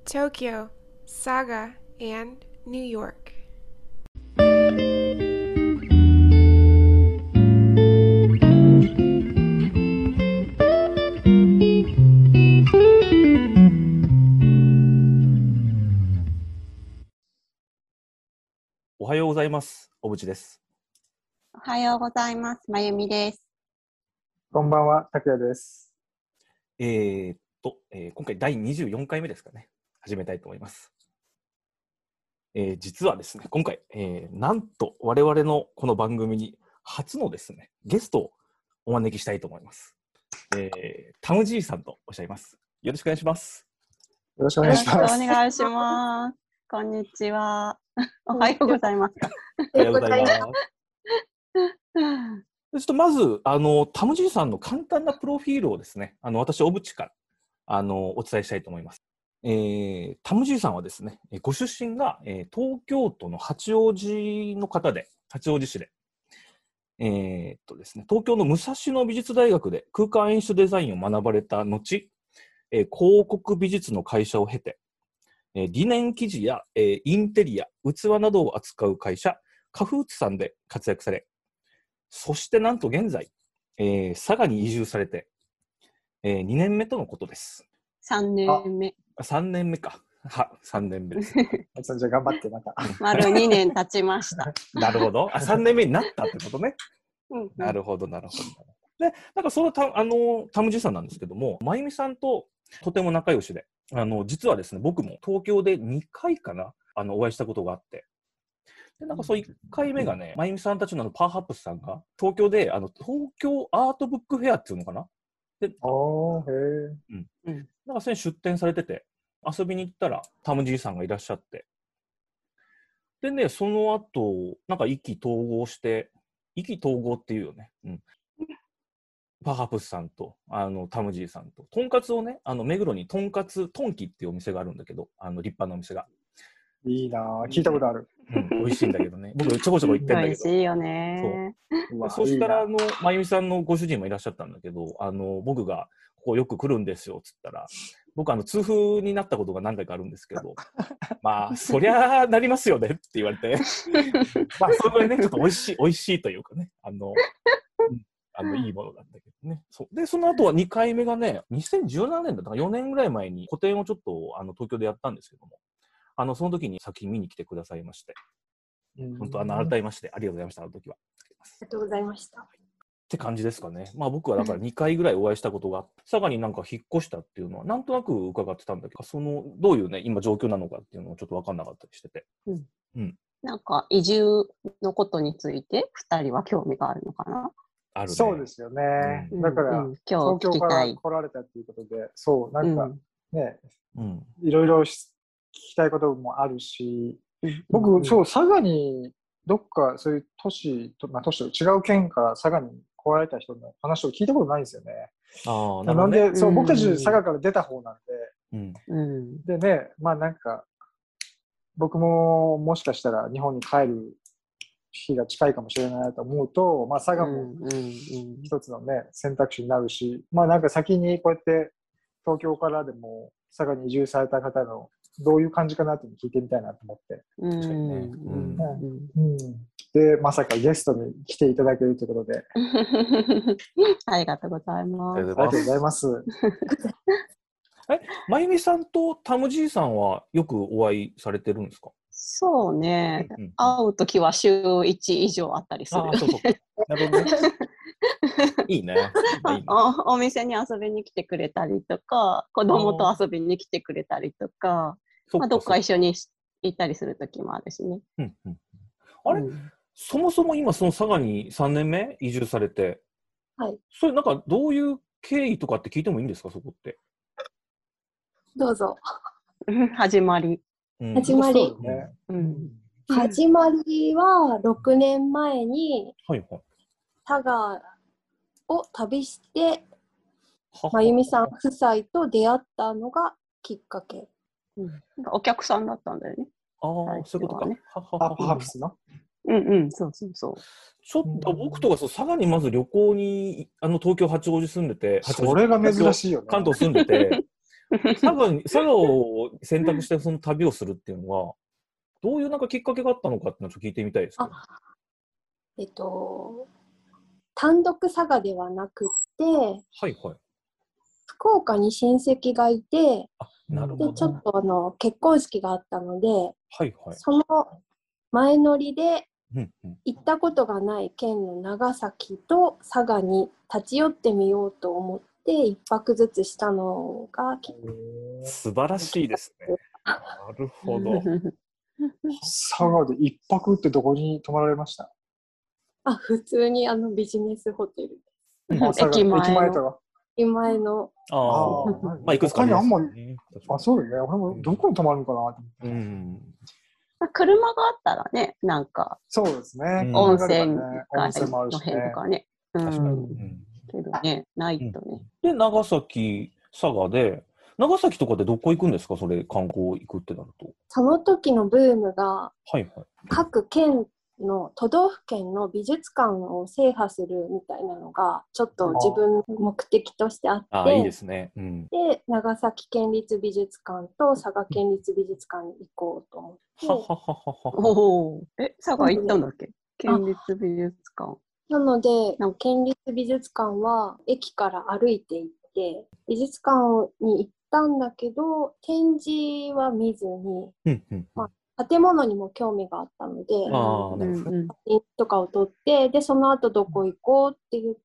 Tokyo, Saga, and New York. おはようございます。小渕です。 おはようございます。まゆみです。 こんばんは、拓也です。 今回第24回目ですかね。始めたいと思います。実はですね、今回、なんと我々のこの番組に初のですね、ゲストをお招きしたいと思います。タムじいさんとおっしゃいます。よろしくお願いします。 よろしくお願いします。 よろしくお願いします。こんにちは。おはようございます。 おはようございます。ちょっとまずタムじいさんの簡単なプロフィールをですね、私小渕からお伝えしたいと思います。タムじいさんはですね、ご出身が、東京都の八王子の方で、八王子市で、ですね、東京の武蔵野美術大学で空間演出デザインを学ばれた後、広告美術の会社を経て、リネン生地や、インテリア、器などを扱う会社、カフーツさんで活躍され、そしてなんと現在、佐賀に移住されて、2年目とのことです。 3年目。 3年目か。3年目です。 じゃあ頑張って、また。 丸2年経ちました。 なるほど。3年目になったってことね。 うんなるほど、なるほど。で、なんかそのタムジさんなんですけども、まゆみさんととても仲良しで、実はですね、僕も東京で2回かな、お会いしたことがあって、でなんかそう1回目がね、まゆみさんたちのパワーハップスさんが、東京で、東京アートブックフェアっていうのかなで、 へー。 なんかそれに出展されてて、遊びに行ったら、タムじいさんがいらっしゃって、でね、その後、なんか意気投合して、意気投合っていうよね。パワーハップスさんと、タムじいさんと、とんかつをね、目黒にとんかつ、とんきっていうお店があるんだけど、立派なお店が。 いいなぁ、聞いたことある。 美味しいんだけどね。僕、ちょこちょこ行ってんだけど。 美味しいよね。 そしたら、まゆみさんのご主人もいらっしゃったんだけど、僕が、ここよく来るんですよ、つったら、僕、痛風になったことが何回かあるんですけど、まあ、そりゃなりますよねって言われて、まあ、それぐらいね、ちょっと美味しいというかね、いいものなんだけどね。で、その後は2回目がね、2017年だったか4年ぐらい前に個展をちょっと東京でやったんですけども、その時に作品見に来てくださいまして、本当改めましてありがとうございました、あの時は。 ありがとうございました。 って感じですかね。まあ僕はだから2回ぐらいお会いしたことがあって、佐賀になんか引っ越したっていうのはなんとなく伺ってたんだけど、どういうね、今状況なのかっていうのをちょっと分かんなかったりしてて。 なんか移住のことについて2人は興味があるのかな？ あるね。 そうですよね。だから、東京から来られたっていうことで、そう、なんかね、いろいろ聞きたいこともあるし、僕、そう、佐賀にどっかそういう都市と違う県から佐賀に来られた人の話を聞いたことないんですよね。なんで、そう、僕たち佐賀から出た方なんで、でね、まあなんか、僕ももしかしたら日本に帰る日が近いかもしれないなと思うと、まあ佐賀も一つのね、選択肢になるし、まあなんか先にこうやって東京からでも佐賀に移住された方のどういう感じかなって聞いてみたいなと思って。で、まさかゲストに来ていただけるということで。 ありがとうございます。 ありがとうございます。 まゆみさんとタムじいさんはよくお会いされてるんですか？ そうね。会うときは週1以上あったりする。 なるほどね。いいね。 お店に遊びに来てくれたりとか、子供と遊びに来てくれたりとか、どっか一緒に行ったりするときもあるしね。 あれ、そもそも今その佐賀に3年目移住されて、それなんかどういう経緯とかって聞いてもいいんですか、そこって。 どうぞ。 始まりは6年前に佐賀を旅してまゆみさん夫妻と出会ったのがきっかけ。 お客さんだったんだよね。 そういうことか。 ハープスの。 そう。 ちょっと僕とか佐賀にまず旅行に東京八王子住んでて、 それが珍しいよね。 関東住んでて。 佐賀を選択してその旅をするっていうのは、どういうなんかきっかけがあったのかっていうのを聞いてみたいですけど。単独佐賀ではなくて、 はいはい。 福岡に親戚がいて、 なるほど。 でちょっと結婚式があったので、 はいはい、 その前乗りで行ったことがない県の長崎と佐賀に立ち寄ってみようと思って一泊ずつしたのが素晴らしいですね。なるほど。 佐賀で一泊ってどこに泊まられました？ 普通にビジネスホテルです。駅前の。 まあいくつかありますね。そうよね。俺もどこに泊まるのかな。 車があったらね、なんか。 そうですね。 温泉もあるしね。 の辺とかね。けどね、ないとね。 で、長崎、佐賀で、長崎とかでどこ行くんですか？それ観光行くってなると。 その時のブームが、各県の都道府県の美術館を制覇するみたいなのがちょっと自分の目的としてあって、 いいですね。 で長崎県立美術館と佐賀県立美術館に行こうと思って。佐賀行ったんだっけ？県立美術館。 なので県立美術館は駅から歩いて行って美術館に行ったんだけど展示は見ずに、建物にも興味があったので、写真とかを撮って、で、その後どこ行こうって言って、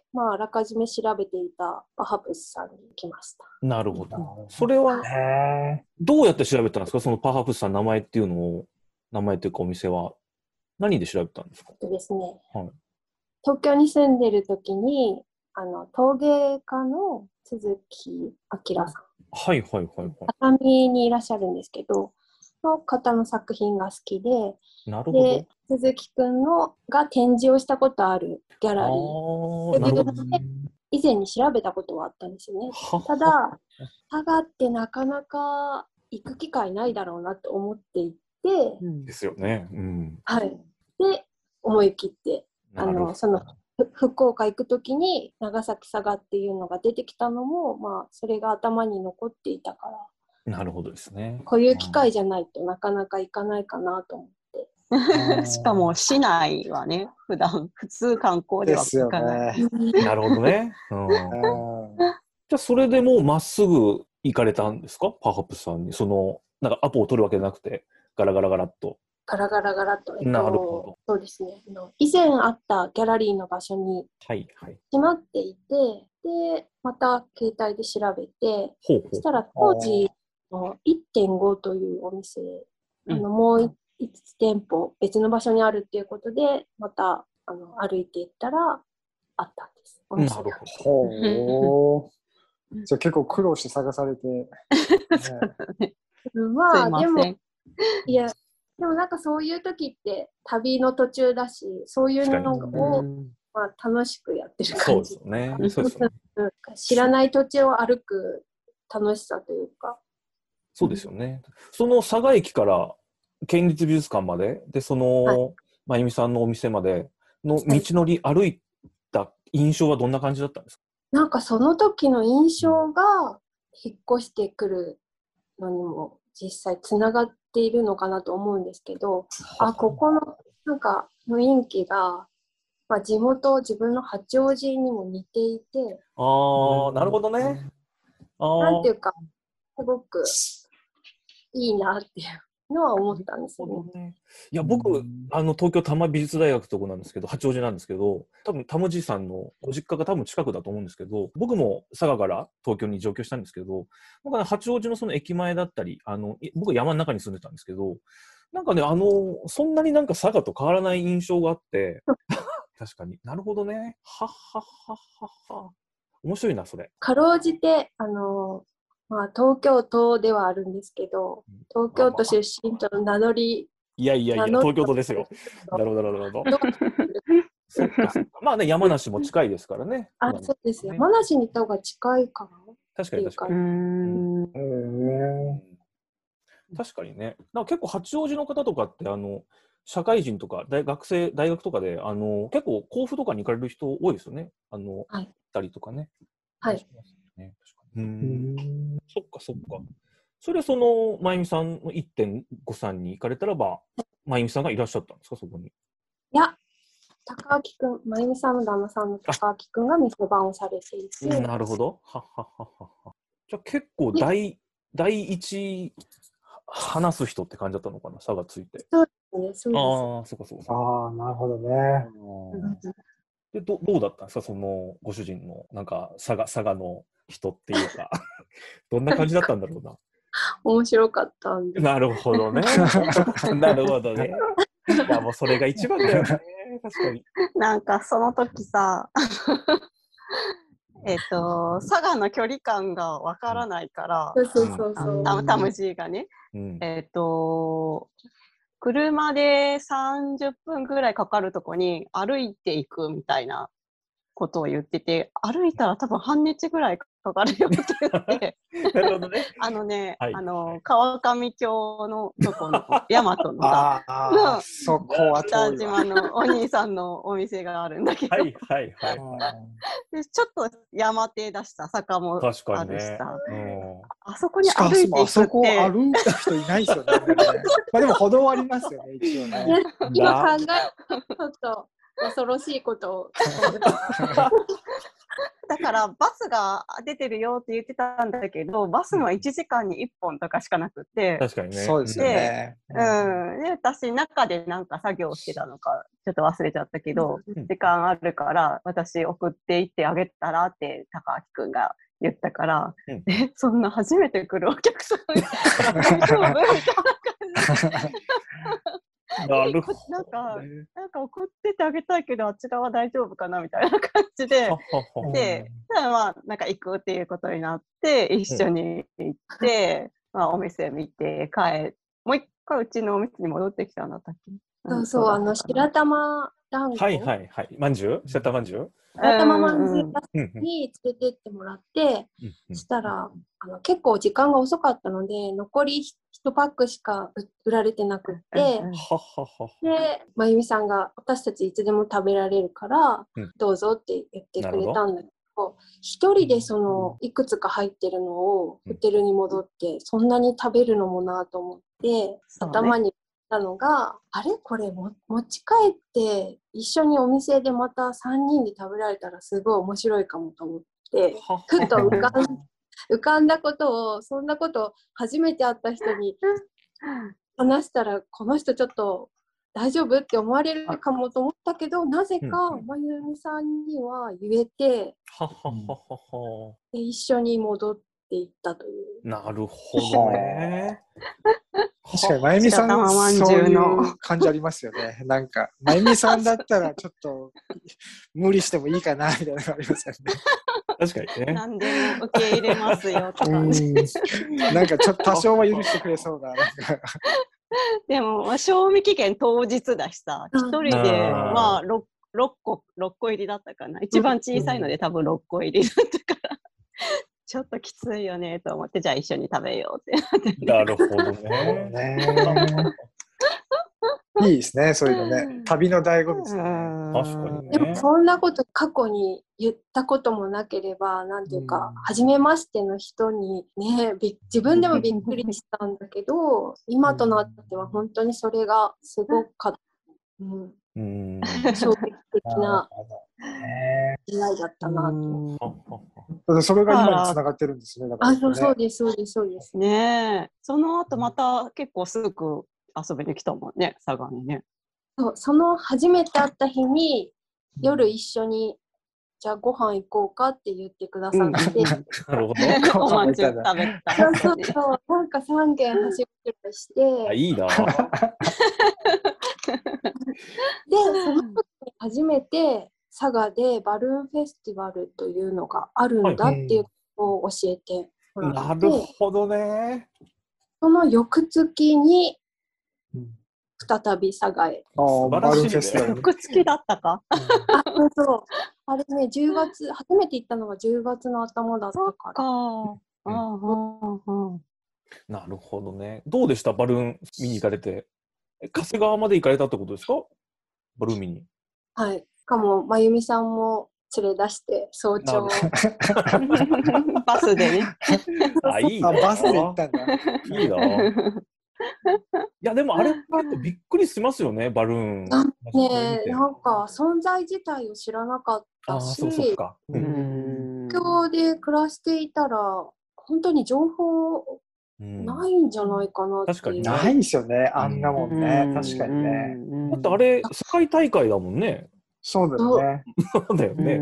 あらかじめ調べていたパハプスさんに行きました。 なるほど。それは、どうやって調べたんですか？そのパハプスさんの名前っていうのを、名前というかお店は、何で調べたんですか？ ですね、東京に住んでる時に、陶芸家の鈴木明さん。熱海にいらっしゃるんですけど、の方の作品が好きで、で鈴木くんが展示をしたことあるギャラリー以前に調べたことはあったんですよね。ただ佐賀ってなかなか行く機会ないだろうなと思っていて、 ですよね。 で思い切ってその福岡行くときに長崎佐賀っていうのが出てきたのも、それが頭に残っていたから。 なるほどですね。 こういう機会じゃないとなかなか行かないかなと思って。 しかも市内はね、普通観光では行かない。 なるほどね。じゃあそれでもうまっすぐ行かれたんですか？パハプさんになんかアポを取るわけじゃなくてガラガラガラっと。 ガラガラガラっと。 なるほど。 そうですね。以前あったギャラリーの場所に決まっていて、でまた携帯で調べて、そしたら当時1.5 というお店、もう5つ店舗別の場所にあるっていうことでまた歩いていったらあったんです。 なるほど。じゃあ結構苦労して探されて、 でもなんかそういう時って旅の途中だし、そういうのを楽しくやってる感じ。 そうですね。 知らない土地を歩く楽しさというか。 そうですよね。その佐賀駅から県立美術館まで、で、まゆみさんのお店までの道のり歩いた印象はどんな感じだったんですか？ なんかその時の印象が引っ越してくるのにも実際つながっているのかなと思うんですけど、ここのなんか雰囲気が、自分の八王子にも似ていて、 なるほどね。 なんていうか、すごくいいなっていうのは思ったんですよね。 いや、僕、東京多摩美術大学ってとこなんですけど、八王子なんですけど、多分、タムジさんのご実家が多分近くだと思うんですけど、僕も佐賀から東京に上京したんですけど、僕は八王子のその駅前だったり、僕は山の中に住んでたんですけど、なんかね、そんなになんか佐賀と変わらない印象があって、確かになるほどね。はっはっはっはっは。面白いな、それ。 かろうじて、東京都ではあるんですけど、東京都出身との名乗り。 いや、東京都ですよ。なるほど、なるほど。そっか。まあね、山梨も近いですからね。 そうですね。山梨に行った方が近いかな。 確かに、確かにね。結構八王子の方とかって、社会人とか大学とかで結構甲府とかに行かれる人多いですよね。行ったりとかね。 はい。 そっかそっか。それはその、まゆみさんの 1.5 さんに行かれたらば、まゆみさんがいらっしゃったんですか、そこに。 いや、高明くん、まゆみさんの旦那さんの高明くんが店番をされていて。 なるほど。はははは。じゃあ結構第一話す人って感じだったのかな、差がついて。 そうですね、そうです。 ああ、そうかそうか。 ああ、なるほどね。 でどうだったんですか、そのご主人のなんか佐賀の人っていうかどんな感じだったんだろうな。 面白かったんで。 なるほどね。なるほどね。いやもうそれが一番だよね。確かに。 なんかその時さ佐賀の距離感がわからないから、タムジーがね、車で30分ぐらいかかるとこに歩いていくみたいなことを言ってて、歩いたら多分半日ぐらいかかるよって言ってなるほどね。 川上町のとこの大和のさそこは北島のお兄さんのお店があるんだけどでちょっと山手だしさ、坂もあるしさ、あそこに歩いていくって、あそこ歩く人いないですよね。まあでも歩道ありますよね、一応ね。 今考えるとちょっと恐ろしいことをだからバスが出てるよって言ってたんだけど、バスは1時間に1本とかしかなくて、 確かにね。 そうですよね。 で私中でなんか作業してたのかちょっと忘れちゃったけど、時間あるから私送って行ってあげたらって高明くんが言ったから、そんな初めて来るお客さん大丈夫みたいな感じなんか送っててあげたいけどあちらは大丈夫かなみたいな感じでまあなんか行くっていうことになって一緒に行って、まあ、お店見てもう一回うちのお店に戻ってきたんだったっけ。 そう白玉団子、 まんじゅう、白玉まんじゅう、 白玉まんじゅうに連れてってもらって、したら結構時間が遅かったので残り1パックしか売られてなくって、でまゆみさんが私たちいつでも食べられるから、どうぞって言ってくれたんだけど、一人でそのいくつか入ってるのをホテルに戻ってそんなに食べるのもなと思って、頭にたのが、あれこれ持ち帰って一緒にお店でまた3人で食べられたらすごい面白いかもと思ってふと浮かんだことを、そんなこと初めて会った人に話したらこの人ちょっと大丈夫って思われるかもと思ったけど、なぜかまゆみさんには言えてで一緒に戻っていったという。 なるほどね。 確かにまゆみさんそういう感じありますよね。なんかまゆみさんだったらちょっと無理してもいいかなみたいなのがありますよね。 確かにね。 何でも受け入れますよとか。 なんかちょっと多少は許してくれそうな。 でも賞味期限当日だしさ、一人でまあ6個入りだったかな。一番小さいので多分6個入りだったから。ちょっときついよねと思って、じゃあ一緒に食べようって。 なるほどね。 いいですね、そういうのね。旅の醍醐味ですね。 確かにね。 でもそんなこと過去に言ったこともなければ、なんていうか、初めましての人にね、自分でもびっくりしたんだけど、今となっては本当にそれがすごく衝撃的な出会いだったなと。 それが今につながってるんですね。 そうですね。その後また結構すぐ遊びに来たもんね、佐賀にね。 その初めて会った日に夜一緒にじゃあご飯行こうかって言ってくださって、 なるほど。 おまんじゅう食べた。 そうなんか3軒走ってたして、 いいな。でその時に初めて佐賀でバルーンフェスティバルというのがあるんだっていうのを教えてもらって、 なるほどね。 その翌月に再び佐賀へ。 バルーンフェスティバル。 翌月だったか。 そう。あれね、10月、初めて行ったのが10月の頭だったから。 なるほどね。どうでしたバルーン見に行かれて。加瀬川まで行かれたってことですか、バルーン見に。 はい。しかも、まゆみさんも連れ出して早朝バスでね。 あ、いいな。バスで行ったんだ。 いいな。いやでもあれ結構びっくりしますよね、バルーン。 ねえ、なんか存在自体を知らなかったし、東京で暮らしていたら本当に情報ないんじゃないかなっていう。 確かにないですよね、あんなもんね。確かにね。 だってあれ世界大会だもんね。 そうだよね。 そうだよね。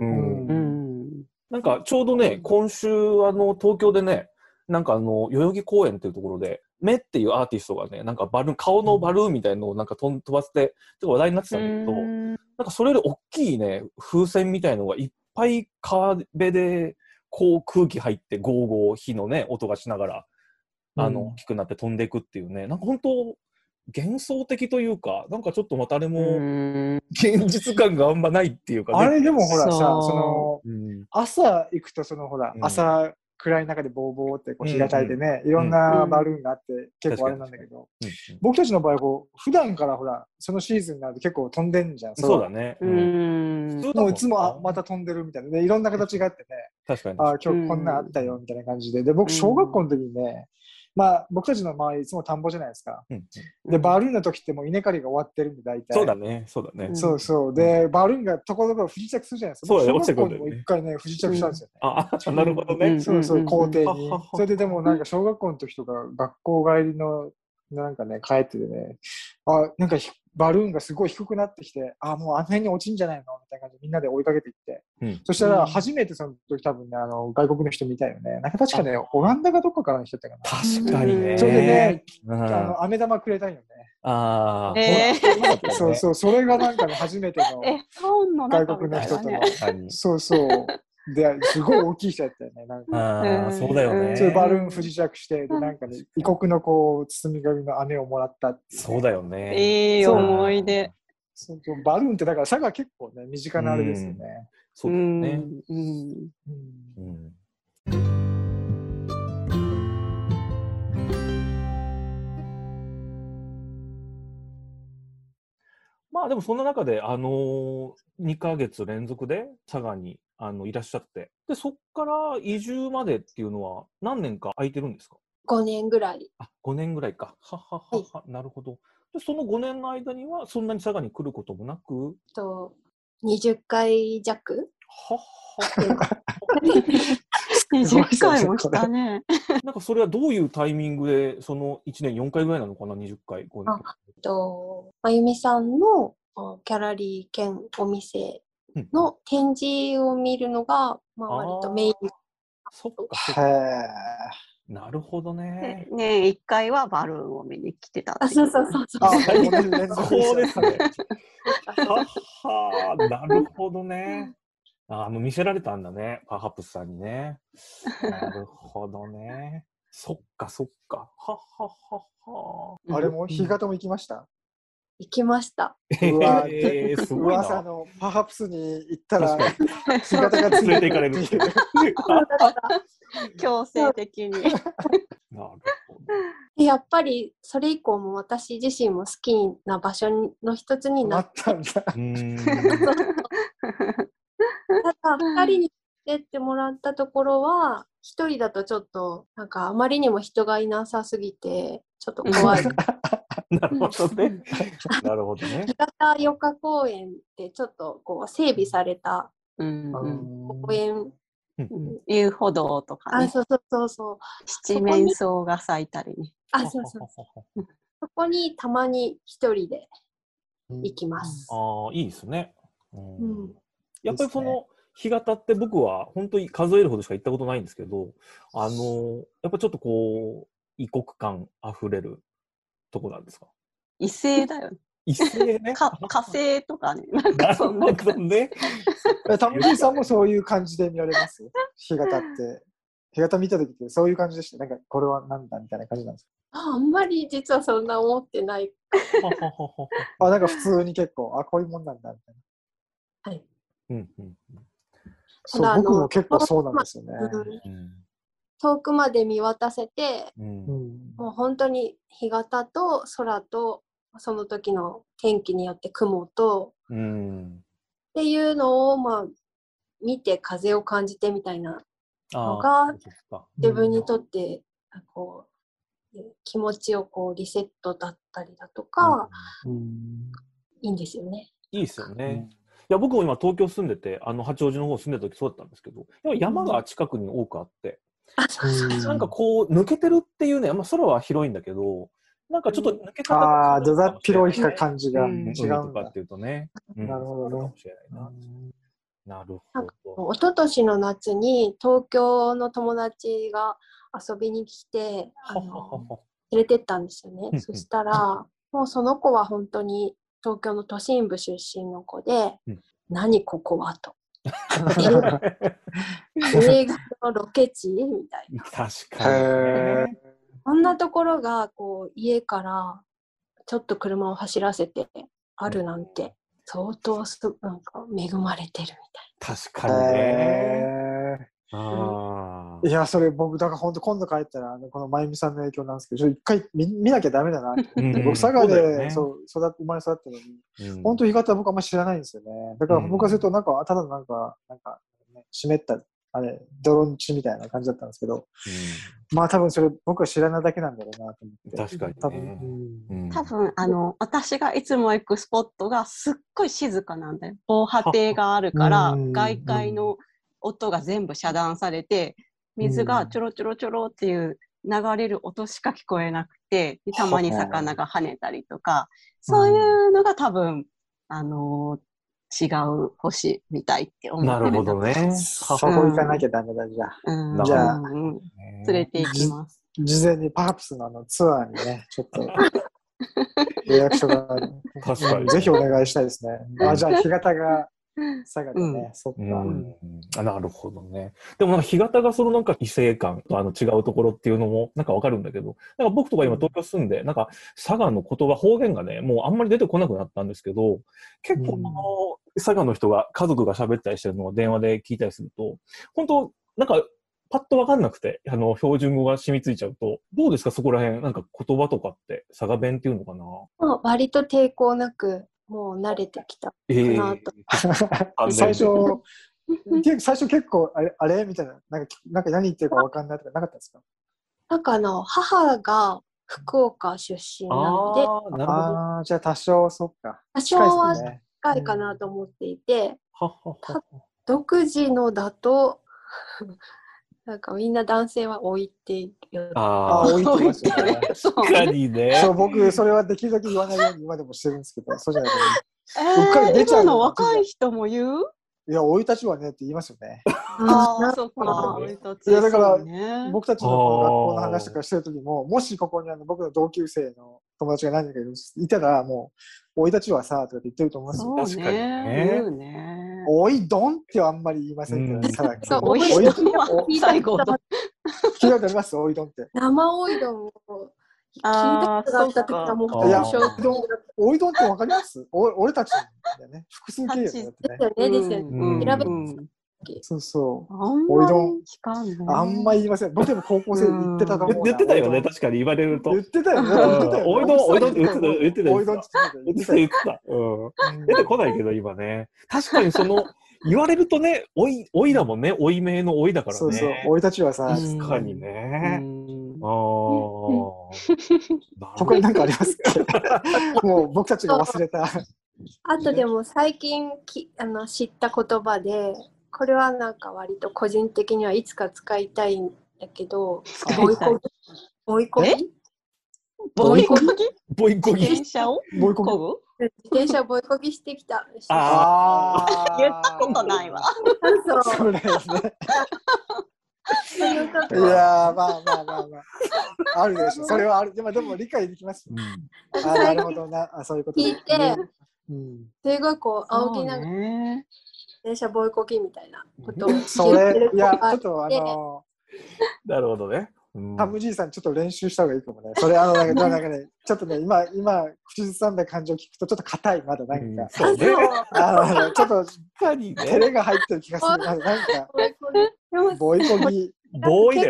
なんかちょうどね、今週東京でね、なんか代々木公園っていうところで、メっていうアーティストがね、なんか顔のバルーンみたいなのをなんか飛ばせて、ちょっと話題になってたんだけど、なんかそれより大きいね、風船みたいのがいっぱい川辺で、こう空気入って、ゴーゴー火のね、音がしながら、大きくなって飛んでいくっていうね、なんか本当、幻想的というか、なんかちょっとまたあれも、現実感があんまないっていうかね。 あれでもほらさ、朝行くとほら、朝暗い中でボーボーってこう日が焚いてね、いろんなバルーンがあって結構あれなんだけど、僕たちの場合普段からほらそのシーズンになると結構飛んでんじゃん。 そうだね。 もういつもまた飛んでるみたいなね、いろんな形があってね。 確かに。 あ、今日こんなんあったよみたいな感じで、で僕小学校の時にね、まあ僕たちの周りいつも田んぼじゃないですか。でバルーンの時ってもう稲刈りが終わってるんで大体。 そうだね、そうだね。 そうそう。でバルーンがところどころ不時着するじゃないですか。 そうだね、 小学校にも一回ね不時着したんですよね。 あ、なるほどね。 そうそう、校庭に。それででもなんか小学校の時とか学校帰りのなんかね帰っててね、あ、なんかバルーンがすごい低くなってきて、あ、もうあの辺に落ちんじゃないのみたいな感じでみんなで追いかけていって、そしたら初めてその時多分ね、外国の人見たよね。なんか確かね、オランダかどっかからの人だったかな。 確かにね。 それでね、飴玉くれたんよね。 ああ、 そうそう、それがなんかね、初めての外国の人との、そうそう。で、すごい大きい人やったよね。なんかそうだよね。 そういうバルーン不時着して、で、なんかね、異国のこう、包み紙の飴をもらったっていう。 そうだよね。 いい思い出。 そうバルーンってだから佐賀結構ね、身近なあれですよね。 そうですね。まあでもそんな中で、2ヶ月連続で佐賀にいらっしゃって、で、そっから移住までっていうのは何年か空いてるんですか ？5年ぐらい。 あ、5年ぐらいか。なるほど。で、その5年の間にはそんなに佐賀に来ることもなく 20回弱 20回もしたね。 なんかそれはどういうタイミングで、その1年4回ぐらいなのかな、20回、5年。 まゆみさんのギャラリー兼お店の展示を見るのが、まあ、割とメイン。 そっか。なるほどね。 年1回はバルーンを見に来てたっていう。 そう。 そうですね。なるほどね。見せられたんだね、パーハップスさんにね。なるほどね。そっか。 あれも干潟も行きました？ 行きました。 うわ、すごいな。噂のパーハップスに行ったら干潟が連れて行かれるっていう。 強制的に。なるほど。 やっぱりそれ以降も私自身も好きな場所の一つになったんだ。ただ2人に出ってもらったところは1人だとちょっとなんかあまりにも人がいなさすぎてちょっと怖い。 なるほどね。なるほどね。 干潟余暇公園ってちょっとこう整備された公園。 遊歩道とかね。 そう。 七面草が咲いたりね。 そう。そこにたまに一人で行きます。 いいですね。やっぱりその干潟って僕は本当に数えるほどしか行ったことないんですけど、やっぱちょっとこう異国感あふれるとこなんですか？ 異性だよね。 異性ね。 火星とかね。 なんかそんな感じね。 タムジーさんもそういう感じで見られます？干潟って。干潟見た時ってそういう感じでした。なんかこれはなんだみたいな感じなんですか？ あんまり実はそんな思ってない。 なんか普通に結構、こういうもんなんだみたいな。はい。そう、僕も結構そうなんですよね。 遠くまで見渡せて、もう本当に干潟と空とその時の天気によって雲と、っていうのをまあ見て風を感じてみたいなのが自分にとってこう気持ちをこうリセットだったりだとか、いいんですよね。 いいですよね。いや僕も今東京住んでて八王子の方住んでた時そうだったんですけど、でも山が近くに多くあって、なんかこう抜けてるっていうね、空は広いんだけど、なんかちょっと抜け方がだだっ広い感じが違うんだとかっていうとね。 なるほどね。 かもしれないな。なるほど。 一昨年の夏に東京の友達が遊びに来て連れてったんですよね。そしたらもうその子は本当に東京の都心部出身の子で、何ここはと。映画のロケ地みたいな。 確かに。 こんなところがこう家からちょっと車を走らせてあるなんて、相当なんか恵まれてるみたいな。確かにね。 いや、それ僕だから本当今度帰ったらこのまゆみさんの影響なんですけど、一回見なきゃダメだなって思って、僕佐賀で生まれ育ったのに、本当干潟僕あんま知らないんですよね。だから僕からするとなんかただのなんか湿った泥地みたいな感じだったんですけど、まあ多分それ僕は知らないだけなんだろうなと思って。 確かに、 多分私がいつも行くスポットがすっごい静かなんだよ。防波堤があるから外界の音が全部遮断されて、水がちょろちょろちょろっていう流れる音しか聞こえなくて、たまに魚が跳ねたりとか、そういうのが多分違う星みたいって思ってる。 なるほどね。 そこ行かなきゃダメだ、じゃあ。じゃあ、 連れて行きます。 事前にパープスのツアーにね、ちょっと予約書が確かにぜひお願いしたいですね。じゃあ干潟が佐賀でね、そっか。 なるほどね。でもなんか干潟がそのなんか異性感と違うところっていうのもなんかわかるんだけど、なんか僕とか今東京住んで、なんか佐賀の言葉、方言がね、もうあんまり出てこなくなったんですけど、結構佐賀の人が、家族が喋ったりしてるのを電話で聞いたりすると、本当なんかパッとわかんなくて、標準語が染みついちゃうと、どうですかそこら辺、なんか言葉とかって佐賀弁っていうのかな？ 割と抵抗なく、もう慣れてきたかなと。 最初結構あれみたいな、なんか何言ってるか分かんないとかなかったですか？ なんか母が福岡出身なので、じゃあ多少そっか。 多少は近いかなと思っていて、独自のだとなんかみんな男性は置いてる。置いてますよね。 確かにね。 そう、僕、それはできるだけ言わないように今でもしてるんですけど、そうじゃないと。うっかり出ちゃう。 今の若い人も言う？ いや、生い立ちはねって言いますよね。 そうか。 いや、だから、僕たちの学校の話とかしてる時も、もしここに僕の同級生の友達が何人かいたら、もう、生い立ちはさ、とかって言ってると思いますよ。 確かにね。 おいどんってあんまり言いませんけど、 そう、おいどんは最後。 聞いたことあります？おいどんって。 生おいどんを聞いたことがあった時はもういや、おいどんってわかります？俺たちだよね。複数形ですよね。ですよね。選べそうそう。 おいどんあんま言いません。僕でも高校生言ってたと思う。 言ってたよね、確かに言われると。 言ってたよね。 おいどんって言ってた。 おいどんって言ってた。出てこないけど今ね。確かに言われるとね、おいだもんね。おい名のおいだからね。 そうそう。おいたちはさ。 確かにね。 他に何かありますか？もう僕たちが忘れた。 あとでも最近知った言葉で、これはなんか割と個人的にはいつか使いたいんだけど、ボイコギ自転車をボイコギ自転車ボイコギしてきた。 言ったことないわ。 そうですね。いやまああるでしょ。それはある。でも理解できます。なるほどな。そういうこと聞いて、すごいこう仰ぎながら電車ボイコギみたいなことをそれいやちょっとなるほどね。 タムじいさんちょっと練習した方がいいかもね。それなんかねちょっとね今口ずさんだ感じを聞くとちょっと硬いまだなんか。 そうね。 ちょっと照れが入ってる気がする。なんかボイコギ。 ボーイだよね。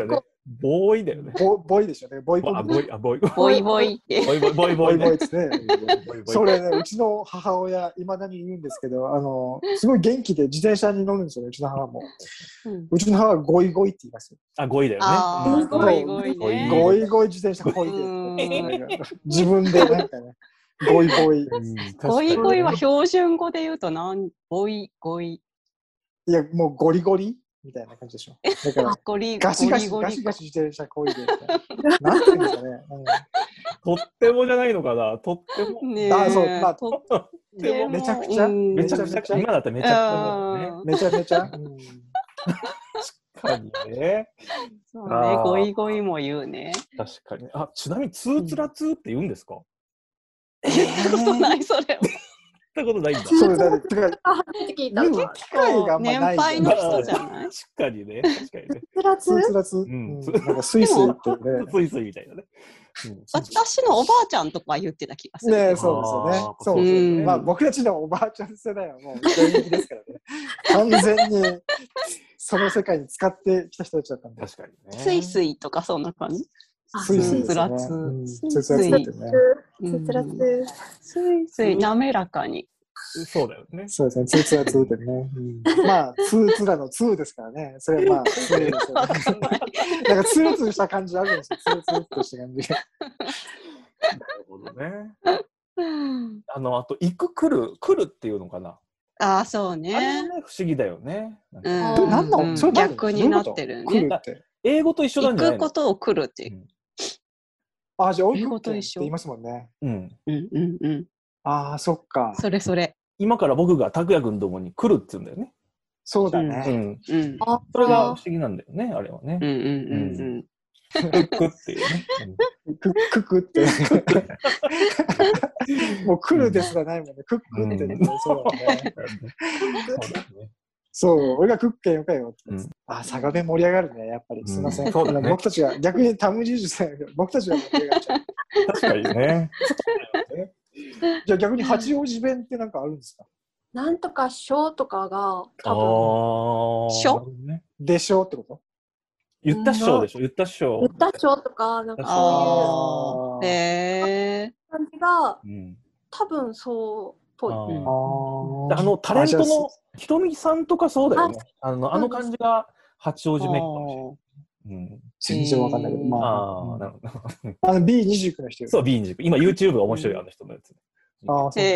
ボーイだよね。 ボイでしょね。ボイコギ。 ボイボイって。 ボイボイですね。それね、うちの母親、いまだに言うんですけど、すごい元気で自転車に乗るんですよね、うちの母も。うちの母はゴイゴイって言いますよ。 あ、ゴイだよね。 ゴイゴイね。 ゴイゴイ自転車こいで。自分でなんかね、ゴイゴイ。 ゴイゴイは標準語で言うとゴイゴイ。 いや、もうゴリゴリみたいな感じでしょ。だからガシガシ自転車こいで。なんていうんですかね。 とってもじゃないのかな。とっても。 あ、そう、まあ、とってもめちゃくちゃ。 めちゃくちゃ。今だったらめちゃくちゃね。 めちゃめちゃ。 確かにね。 そうね、ゴイゴイも言うね。 確かに。あ、ちなみにツーツラツーって言うんですか？ 言ったことないそれ。 言ったことないんだ。 そうだね。 初めて聞いた。 言う機会があんまない。 年配の人じゃない？ 確かにね。確かにね。 ツーツラツー。なんかスイスイってね。 スイスイみたいなね。 私のおばあちゃんとか言ってた気がする。 ね、そうですよね。そう。まあ僕たちのおばあちゃん世代はもう現役ですからね。完全にその世界に使ってきた人たちだったんで。 確かにね。 スイスイとかそんな感じ。 スイスイ。 ツラツ。 ツツラツってね。 ツツラツ。 スイスイ滑らかに。 そうだよね。 そうですね。ツーツラツーってね。まあ、ツーツラのツーですからね。それはまあ、ツーですよね。なんかツルツルした感じあるんですよ。ツルツルっとした感じが。 なるほどね。あと、行く、来るっていうのかな。 ああ、そうね。 あれもね、不思議だよね。 何の逆になってるね。 英語と一緒なんじゃないの？ 行くことを来るっていう。 あ、じゃあ、英語と一緒って言いますもんね。ああ、そっか。 それそれ。 今から僕が拓也君ともに来るって言うんだよね。 そうだね。 それが不思議なんだよね、あれはね。クックっていうね。 クックって。もう来るですらないもんね。クックってね。そうだね。そう、俺がクッケンよかよって。あ、佐賀弁盛り上がるね、やっぱり。すみません。僕たちが、逆にタムジージュさん、僕たちが盛り上がっちゃう。 確かにね。 じゃあ逆に八王子弁ってなんかあるんですか？ なんとかしょうとかが多分。しょでしょってこと？ 言ったっしょでしょ？言ったっしょ。 言ったっしょとか、なんかそういう感じが、多分そうっぽい。 タレントのひとみさんとかそうだよね。あの感じが八王子弁かもしれない。 全然わかんないけど、まあ。 なるほど。 B29 の人。 そう、B29。今 YouTube が面白い、あの人のやつ。 ああ、そう。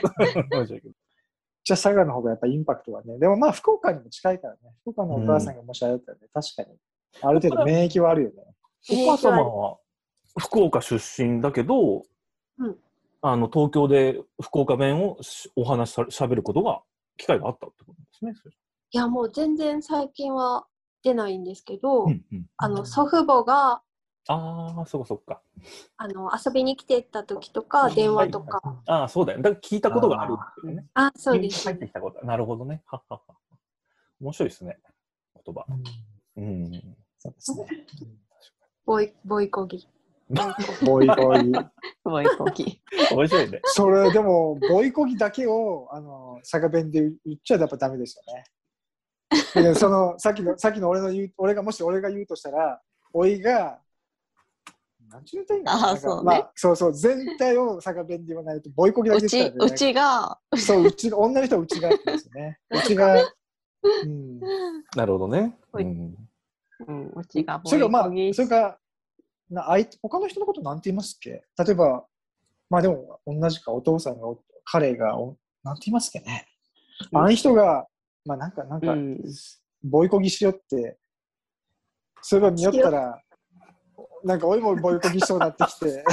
じゃあ佐賀の方がやっぱインパクトはね。でもまあ福岡にも近いからね。福岡のお母さんがもしあれだったらね、確かに。ある程度免疫はあるよね。 お母様は福岡出身だけど、東京で福岡弁をお話しゃべることが機会があったってことですね。 いやもう全然最近は出ないんですけど、祖父母がそっか。 遊びに来てた時とか電話とか。 そうだよね。だから聞いたことがあるっていうね。 そうです。 入ってきたこと。なるほどね。面白いですね。言葉。 そうですね。 ボイコギ。 ボイコギ。 ボイコギ。 面白いね。 それでもボイコギだけを佐賀弁で言っちゃやっぱダメですよね。さっきの俺が言うとしたら、おいが何ちゅう言ったらいいの？ そうね。 そう全体を佐賀弁で言わないとボイコギだけですからね。 うちが女の人はうちがってですよね。うちが。 なるほどね。 うちがボイコギ。 それか他の人のことなんて言いますっけ？例えばまあでも同じかお父さんが彼がなんて言いますっけね。あの人がまあなんかボイコギしよって、それが見よったらなんかおいもボイコギしそうになってきて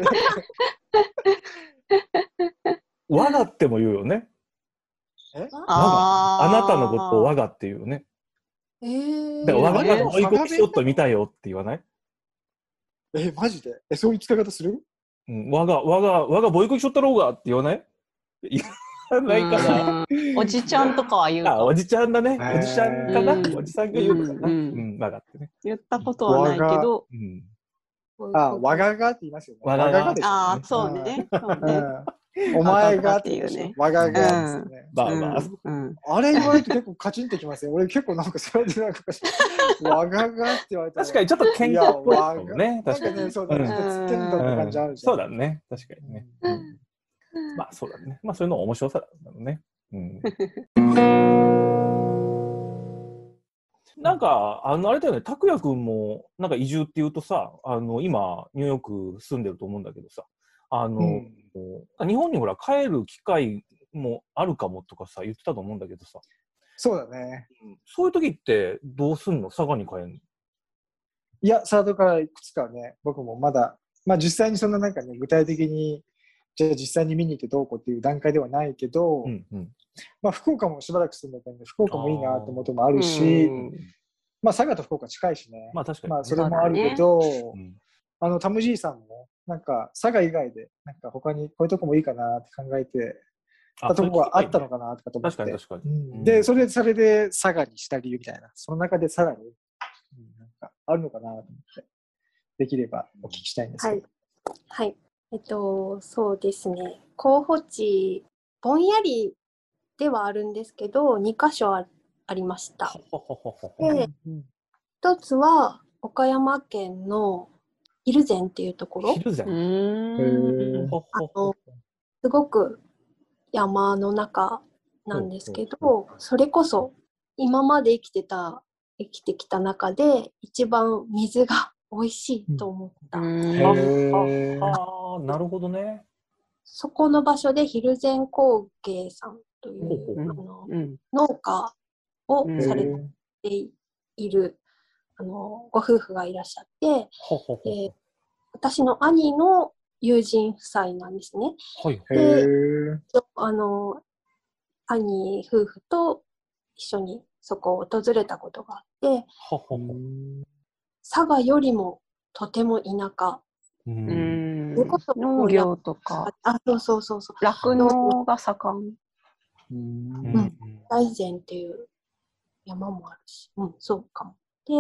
我がっても言うよね。あなたのことを我がっていうよね。だから我がのボイコギしよっと見たよって言わない？ マジで？そういう使い方する？ 我がボイコギしよったろうがって言わない？ないかな。 おじちゃんとかは言うか。 おじちゃんだね。おじちゃんかな。おじさんが言うかな。我がってね。 言ったことはないけど。 わががって言いますよね。 わがが。 そうね。 お前がっていうね。我ががですね。あれ言われると結構カチンってきますね。俺結構なんかそれでなんか我ががって言われたら。 確かにちょっと喧嘩っぽいかもね。 確かにそうだね。つってんだって感じあるじゃん。 そうだね。確かにね。まあそうだね。まあそういうの面白さだね。なんか、あれだよね、拓也くんも、なんか移住っていうとさ、今、ニューヨーク住んでると思うんだけどさ、日本にほら、帰る機会もあるかもとかさ、言ってたと思うんだけどさ。 そうだね。 そういう時ってどうすんの？佐賀に帰るの？ いや、サードからいくつかね、僕もまだ、まあ実際にそんななんかね、具体的に、じゃあ実際に見に行ってどうこうっていう段階ではないけど、まあ福岡もしばらく住んでたんで、福岡もいいなって思うこともあるし、まあ佐賀と福岡近いしね。 まあ確かに。 まあそれもあるけど、タムじいさんも、なんか佐賀以外で、なんか他にこういうとこもいいかなって考えてたとこがあったのかなとかと思って。 確かに。 で、それで佐賀にした理由みたいな、その中でさらに、なんかあるのかなと思って、できればお聞きしたいんですけど。 はい。そうですね。候補地、ぼんやりではあるんですけど、2カ所ありました。で、一つは岡山県の蒜山っていうところ。 蒜山。 すごく山の中なんですけど、それこそ今まで生きてきた中で一番水が美味しいと思った。 なるほどね。 そこの場所で蒜山工芸さんという農家をされているご夫婦がいらっしゃって、私の兄の友人夫妻なんですね。で、兄夫婦と一緒にそこを訪れたことがあって、佐賀よりもとても田舎。 農業とか。 そう。 酪農が盛ん。大山っていう山もあるし、そうかも。で、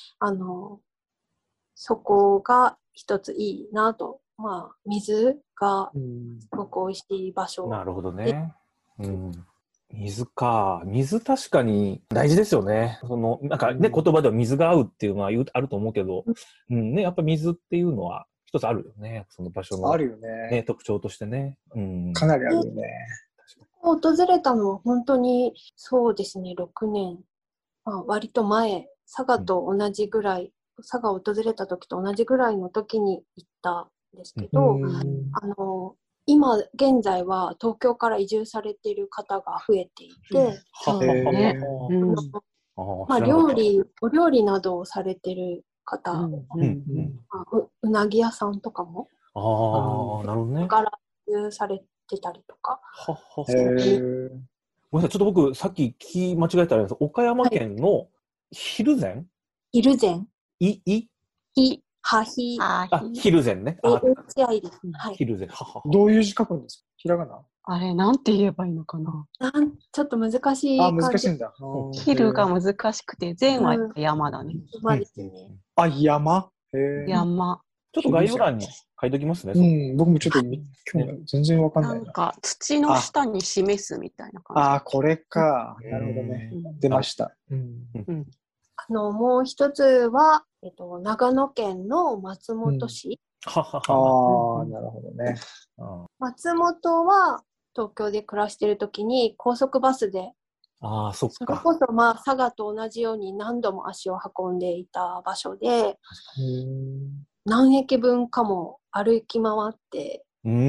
そこが一ついいなと。まあ、水がすごく美味しい場所。 なるほどね。水か。水確かに大事ですよね。なんかね、言葉では水が合うっていうのはあると思うけど、ね、やっぱ水っていうのは一つあるよね。その場所の、 あるよね。 特徴としてね。 かなりあるよね。 訪れたのは本当にそうですね、6年。割と前、佐賀と同じぐらい、佐賀を訪れた時と同じぐらいの時に行ったんですけど、今現在は東京から移住されている方が増えていて、お料理などをされている方、うなぎ屋さんとかも、 なるほどね。 から移住されてたりとか。 ごめんなさい、ちょっと僕さっき聞き間違えたら岡山県の蒜山？ 蒜山。 蒜山ね。 HI です。 蒜山。 どういう字書くんですか？ひらがな？ あれ、なんて言えばいいのかな。 ちょっと難しい。 難しいんだ。 昼が難しくて、前は山だね。 山ですね。 山？ 山。 ちょっと概要欄に書いておきますね。 僕もちょっと全然わかんないな。 なんか土の下に示すみたいな感じ。 これか。なるほどね。出ました。 もう一つは、長野県の松本市。 なるほどね。 松本は東京で暮らしているときに高速バスで、 そっか。 それこそ佐賀と同じように何度も足を運んでいた場所で、何駅分かも歩き回って、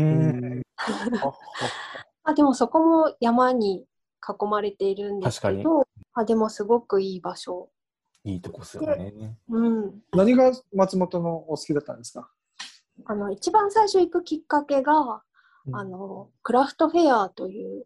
でもそこも山に囲まれているんですけど、でもすごくいい場所。 いいとこっすよね。 何が松本のお好きだったんですか？ 一番最初行くきっかけが、クラフトフェアという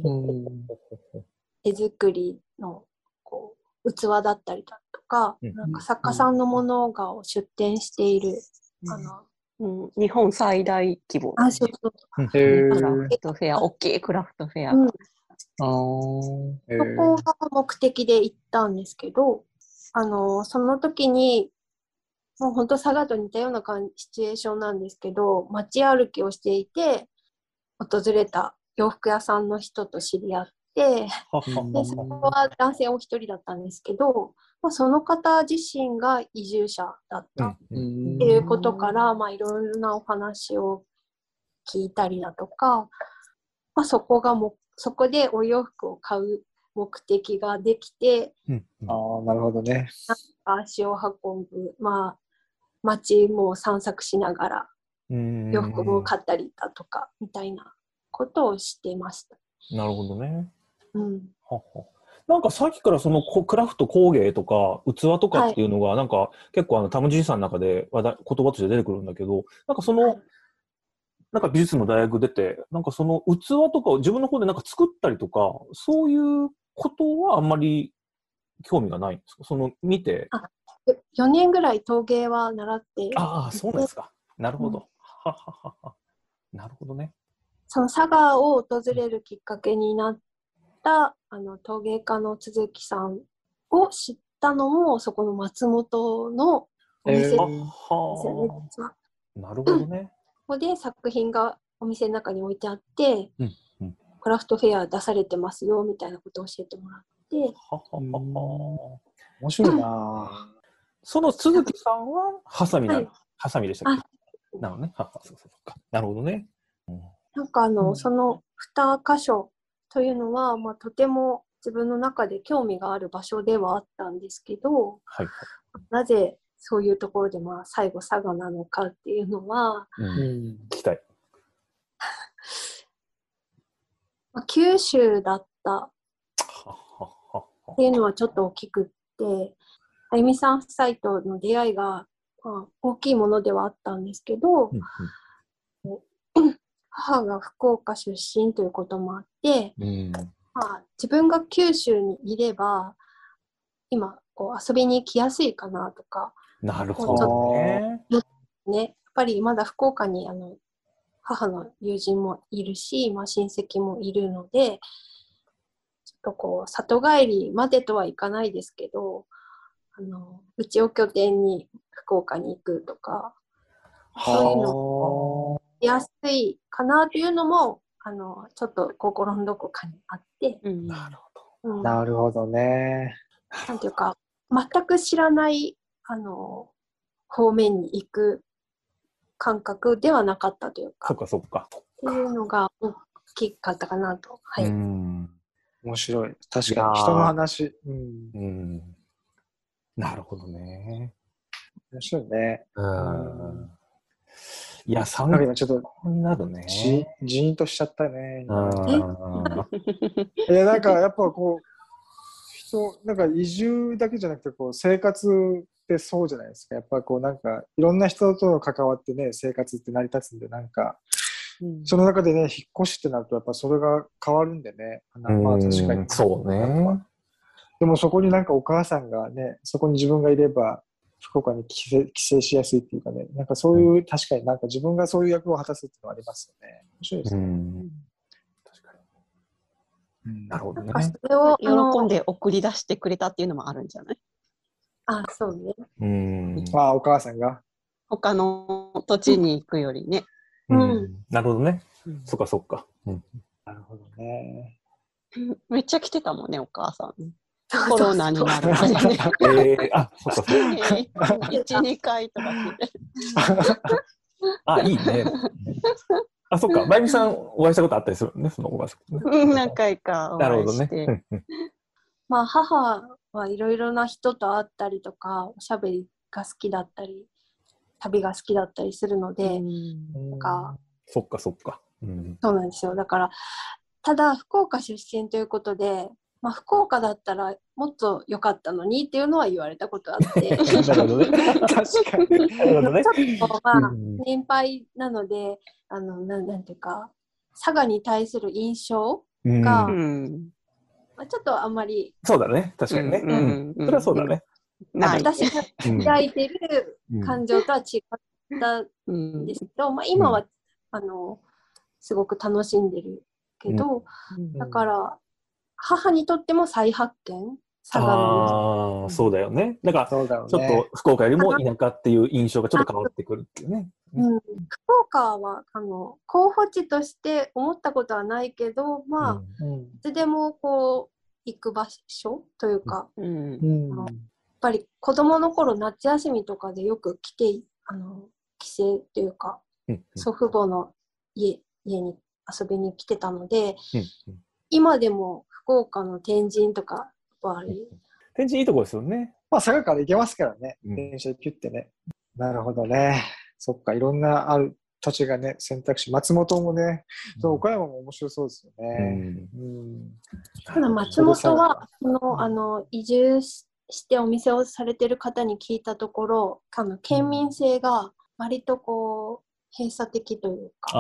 手作りの器だったりだとか、なんか作家さんのものが出展している、 日本最大規模。 クラフトフェア、大きいクラフトフェア。 そこが目的で行ったんですけど、その時に、もう本当佐賀と似たようなシチュエーションなんですけど、街歩きをしていて、 訪れた洋服屋さんの人と知り合って、でそこは男性お一人だったんですけど、その方自身が移住者だったっていうことから、いろいろなお話を聞いたりだとか、そこでお洋服を買う目的ができて、 なるほどね。 足を運ぶ、街も散策しながら洋服も買ったりだとかみたいなことをしてました。 なるほどね。なんかさっきからそのクラフト工芸とか器とかっていうのがなんか結構タムジンさんの中で言葉として出てくるんだけど、なんかその、なんか美術の大学出て、なんかその器とかを自分の方でなんか作ったりとか、そういうことはあんまり興味がないんですか？その見て。 4年ぐらい陶芸は習って。 そうなんですか。なるほど。なるほどね。 その佐賀を訪れるきっかけになった陶芸家の鈴木さんを知ったのもそこの松本のお店ですよね。 なるほどね。 ここで作品がお店の中に置いてあって、クラフトフェア出されてますよみたいなことを教えてもらって。 面白いな。 その鈴木さんはハサミでしたっけ？なるほどね。なるほどね。 なんかその2箇所というのは、とても自分の中で興味がある場所ではあったんですけど、なぜそういうところで最後佐賀なのかっていうのは、 聞きたい。 九州だったっていうのはちょっと大きくって、あゆみさん夫妻との出会いが、大きいものではあったんですけど、母が福岡出身ということもあって、自分が九州にいれば今遊びに来やすいかなとか。 なるほどね。 やっぱりまだ福岡に母の友人もいるし、親戚もいるので、ちょっと里帰りまでとはいかないですけど、うちを拠点に福岡に行くとか、そういうのをやすいかなというのもちょっと心のどこかにあって、 なるほど、 なるほどね。 なんていうか全く知らない方面に行く感覚ではなかったというか、 そっかっていうのが大きかったかなと。 面白い。確かに人の話。 なるほどね。 面白いね。 いや、 ちょっとなるね。 じーんとしちゃったね。なんかやっぱなんか移住だけじゃなくて生活ってそうじゃないですか。やっぱなんかいろんな人との関わってね、生活って成り立つんで、なんか、その中でね、引っ越しってなるとやっぱそれが変わるんでね。確かに。 そうね。 でもそこになんかお母さんがね、そこに自分がいれば福岡に帰省しやすいっていうかね、なんかそういう、確かになんか自分がそういう役を果たすっていうのはありますよね。面白いですね。 確かに。なるほどね。 それを喜んで送り出してくれたっていうのもあるんじゃない？ そうね。 お母さんが他の土地に行くよりね。 なるほどね。そっか。 なるほどね。 めっちゃ来てたもんね、お母さん。コロナになるまでね。 そっか。 1、2回とか来て。 いいね。そっか。まゆみさんお会いしたことあったりするね、そのおばあさん。 何回かお会いして。 母はいろいろな人と会ったりとか、おしゃべりが好きだったり、旅が好きだったりするので、なんか。 そっか。 そうなんですよ。だから、ただ福岡出身ということで、福岡だったらもっと良かったのにっていうのは言われたことあって。 なるほどね。確かに。 ちょっと年配なので、なんていうか、佐賀に対する印象が、ちょっとあんまり。 そうだね。確かにね。それはそうだね。 私が抱いてる感情とは違ったんですけど、今はすごく楽しんでるけど、だから母にとっても再発見佐賀の。 そうだよね。だから、ちょっと福岡よりも田舎っていう印象がちょっと変わってくるっていうね。 福岡は候補地として思ったことはないけど、まあ、いつでもこう行く場所というか、やっぱり子供の頃夏休みとかでよく帰省というか、祖父母の家に遊びに来てたので、今でも福岡の天神とか天神いいとこですよね。 まあ佐賀から行けますからね、電車でピュッてね。なるほどね。そっか、いろんなある土地がね、選択肢。松本もね、岡山も面白そうですよね。 ただ松本は移住してお店をされてる方に聞いたところ、県民性が割とこう閉鎖的というか、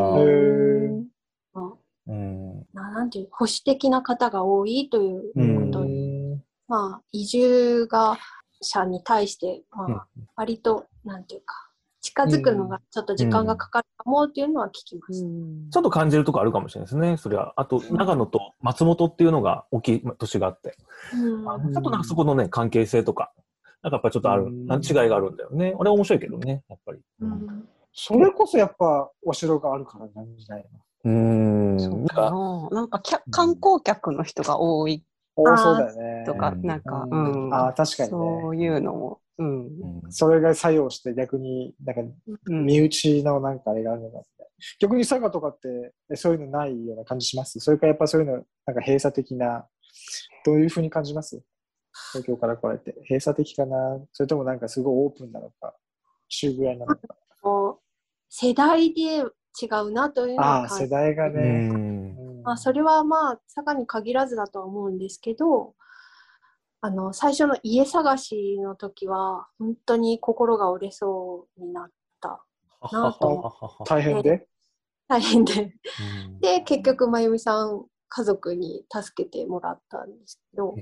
なんていう保守的な方が多いということで、まあ移住者に対して、まあ割となんていうか近づくのがちょっと時間がかかるかもっていうのは聞きました。 ちょっと感じるとこあるかもしれないですね。それはあと長野と松本っていうのが大きい都市があって、ちょっとなんかそこのね関係性とかなんかやっぱりちょっと違いがあるんだよね。あれは面白いけどね、やっぱり。 それこそやっぱお城があるからなんじゃないの。なんか観光客の人が多いそうだよねとか、なんか、 確かにね。 そういうのも。 それが作用して逆になんか身内のなんかあれがあるのかって、逆に佐賀とかってそういうのないような感じします？それかやっぱそういうのなんか閉鎖的な、どういうふうに感じます？東京から来られて閉鎖的かな、それともなんかすごいオープンなのか中ぐらいなのか。 世代で違うなというのは世代がね、 それはまあ佐賀に限らずだとは思うんですけど、最初の家探しの時は本当に心が折れそうになったなと思って。大変でで結局まゆみさん家族に助けてもらったんですけど、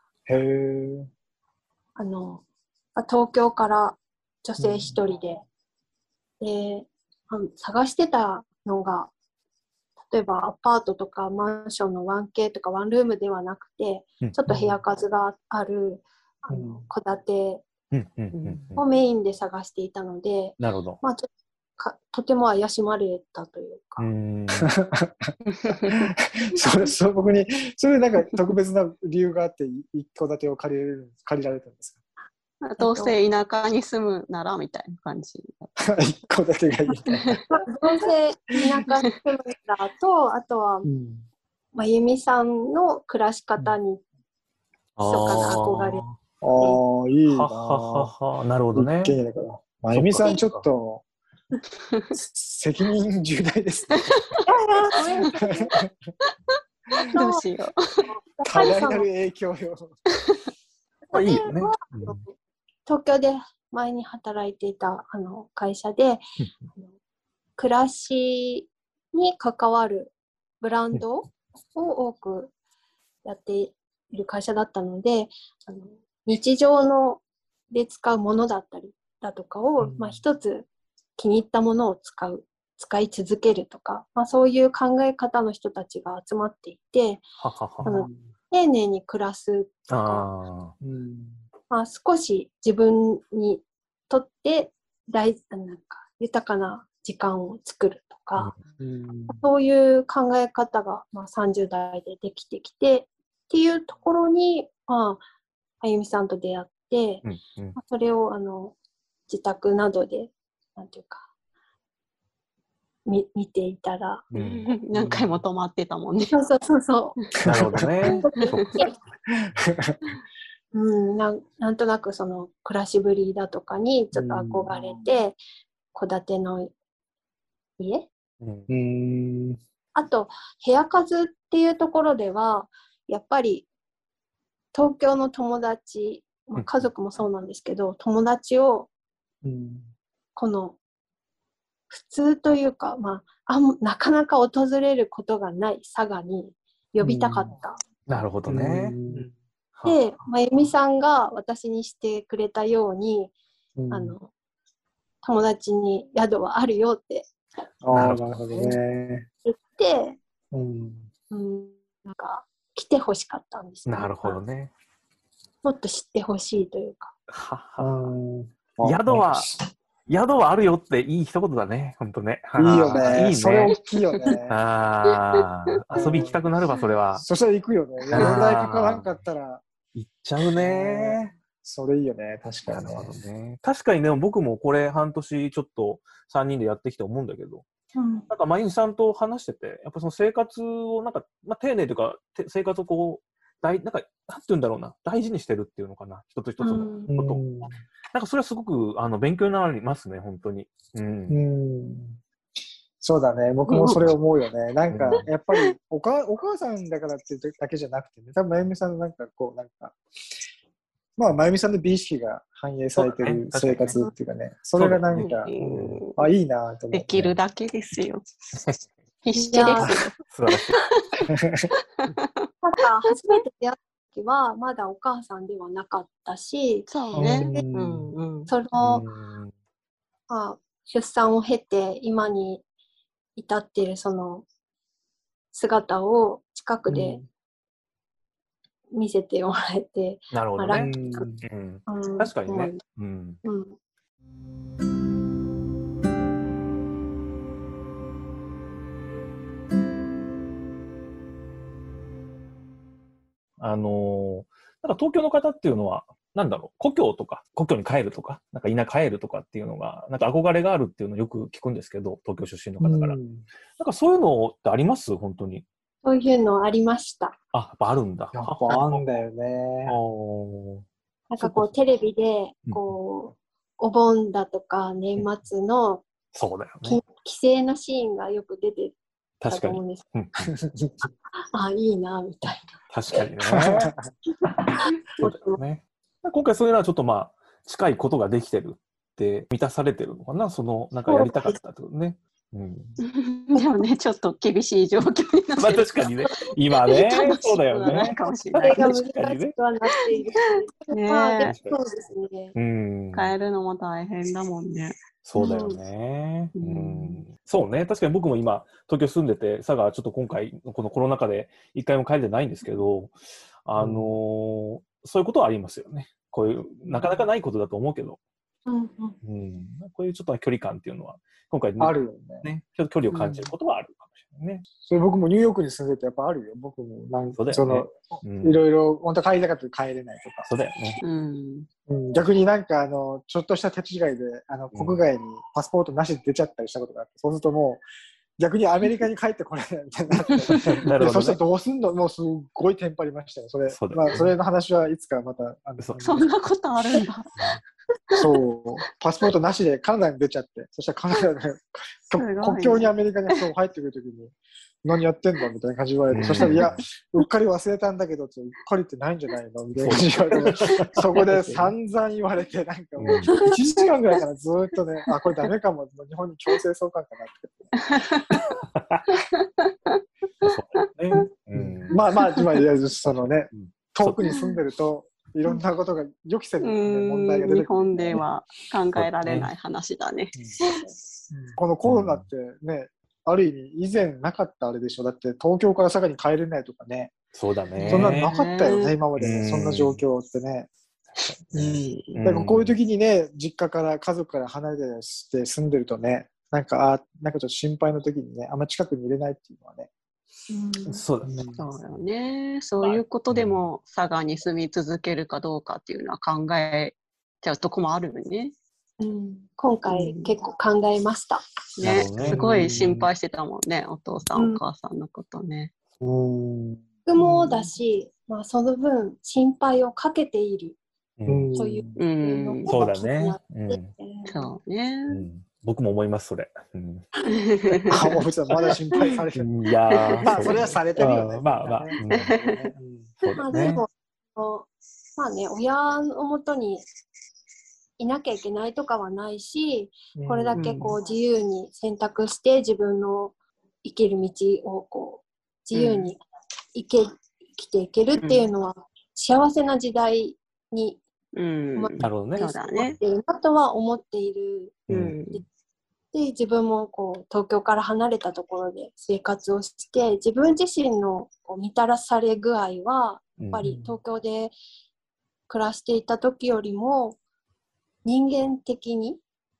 東京から女性一人で、探してたのが例えばアパートとかマンションの 1K とかワンルームではなくて、ちょっと部屋数がある戸建てをメインで探していたので、まあ、とても怪しまれたというか。 僕にそれなんか特別な理由があって一戸建てを借りられたんですか？ どうせ田舎に住むならみたいな感じ。 一戸建てがいい。 どうせ田舎に住むならと、あとは、まゆみさんの暮らし方に密かな憧れ。 いいな。 なるほどね。 まゆみさんちょっと責任重大ですね。 どうしよう。 多大なる影響よ。 いいよね。 東京で前に働いていた会社で暮らしに関わるブランドを多くやっている会社だったので、日常で使うものだったりだとかを、一つ気に入ったものを使い続けるとか、そういう考え方の人たちが集まっていて、丁寧に暮らすとか、少し自分にとってなんか豊かな時間を作るとか、そういう考え方が、30代でできてきてっていうところに、あゆみさんと出会って、それを自宅などでなんていうか見ていたら、 何回も泊まってたもんね。 そう。 なるほどね。 なんとなくその暮らしぶりだとかにちょっと憧れて、戸建ての家、あと部屋数っていうところではやっぱり東京の友達、家族もそうなんですけど、友達をこの普通というか、なかなか訪れることがない佐賀に呼びたかった。 なるほどね。 で、まゆみさんが私にしてくれたように、友達に宿はあるよってなるほどね。 言って、なんか来てほしかったんです、 なるほどね。 もっと知ってほしいというか。 宿はあるよっていい一言だね、ほんとね。 いいよね。いいね。それ大きいよね。 遊び行きたくなるわ、それは。 そしたら行くよね。宿代かからんかったら。 行っちゃうね。 それいいよね、確かにね。確かにね、僕もこれ半年ちょっと3人でやってきて思うんだけど、なんかまゆみさんと話してて、やっぱその生活をなんか、丁寧というか、生活をこう、なんか、なんて言うんだろうな、大事にしてるっていうのかな、一つ一つのこと。なんかそれはすごく勉強になりますね、本当に。 そうだね、僕もそれ思うよね。なんか、やっぱりお母さんだからっていうだけじゃなくてね、多分まゆみさんのなんかこう、なんか、まあ、まゆみさんの美意識が反映されてる生活っていうかね、それがなんか、いいなと思って。 できるだけですよ。必死ですよ。 素晴らしい。 なんか、初めて出会った時は、まだお母さんではなかったし、 そうね。 その、出産を経て、今に至っているその姿を近くで見せてもらえて、 なるほどね。確かにね。なんか東京の方っていうのは、なんだろう、故郷に帰るとか、なんか田舎帰るとかっていうのが、なんか憧れがあるっていうのをよく聞くんですけど、東京出身の方から。なんかそういうのってあります？本当に。 そういうのありました。 やっぱあるんだ。 やっぱあるんだよね。 なんかこう、テレビで、こう、お盆だとか年末の、 そうだよね。 帰省のシーンがよく出てたと思うんですけど、いいな、みたいな。確かにね。そうだよね。今回そういうのはちょっと近いことができてるって満たされてるのかな、なんかやりたかったってことね。 でもね、ちょっと厳しい状況になってる。 確かにね。今ね、そうだよね。 かもしれない。それが難しくはなっている。そうですね。変えるのも大変だもんね。 そうだよね。そうね。確かに僕も今、東京住んでて、佐賀はちょっと今回、このコロナ禍で一回も帰れてないんですけど、そういうことはありますよね。こういう、なかなかないことだと思うけど、こういうちょっと距離感っていうのは、今回あるよね。 距離を感じることはあるかもしれないね。 それ僕もニューヨークに住んでてやっぱあるよ。僕もいろいろ本当帰りたかったら帰れないとか。 そうだよね。 逆になんかちょっとした手違いで国外にパスポートなしで出ちゃったりしたことがあって、そうするともう逆にアメリカに帰ってこれないみたいになって、そしたらどうすんの、もうすごいテンパりましたよ。それの話はいつかまたそんなことあるんだ。 そうパスポートなしでカナダに出ちゃって、そしたらカナダで国境にアメリカに入ってくるときに何やってんだみたいな感じで言われて、そしたらいやうっかり忘れたんだけどうっかりってないんじゃないのみたいな感じで言われて、そこで散々言われて、なんかもう1時間ぐらいからずっとね、これダメかも、日本に強制送還かなって。まあそのね、遠くに住んでるといろんなことが予期せぬ問題が出てくる。 日本では考えられない話だね。 このコロナってね、ある意味以前なかったあれでしょ。だって東京から佐賀に帰れないとかね。 そうだね。 そんなのなかったよね、今までね、そんな状況ってね。だからこういう時にね、実家から家族から離れて住んでるとね、なんかちょっと心配の時にね、あんま近くにいれないっていうのはね。 そうだね。 そうよね。そういうことでも佐賀に住み続けるかどうかっていうのは考えちゃうとこもあるよね。 今回結構考えました。 ね、すごい心配してたもんね、お父さん、お母さんのことね。 僕もだし、その分心配をかけているというのそうだね。 そうね。 僕も思います、それ。 まだ心配されてる。 いやまあ、それはされてるよね。 でも、ね、親のもとにいなきゃいけないとかはないし、これだけこう自由に選択して自分の生きる道をこう自由に生きていけるっていうのは幸せな時代になるほどね。 っているなとは思っている。で、自分もこう東京から離れたところで生活をして自分自身のこうみたらされ具合はやっぱり東京で暮らしていた時よりも人間的に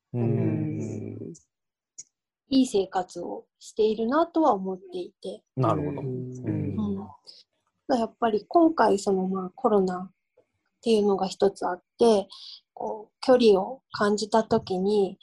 いい生活をしているなとは思っていて。 なるほど。やっぱり今回コロナっていうのが一つあって、こう距離を感じた時に、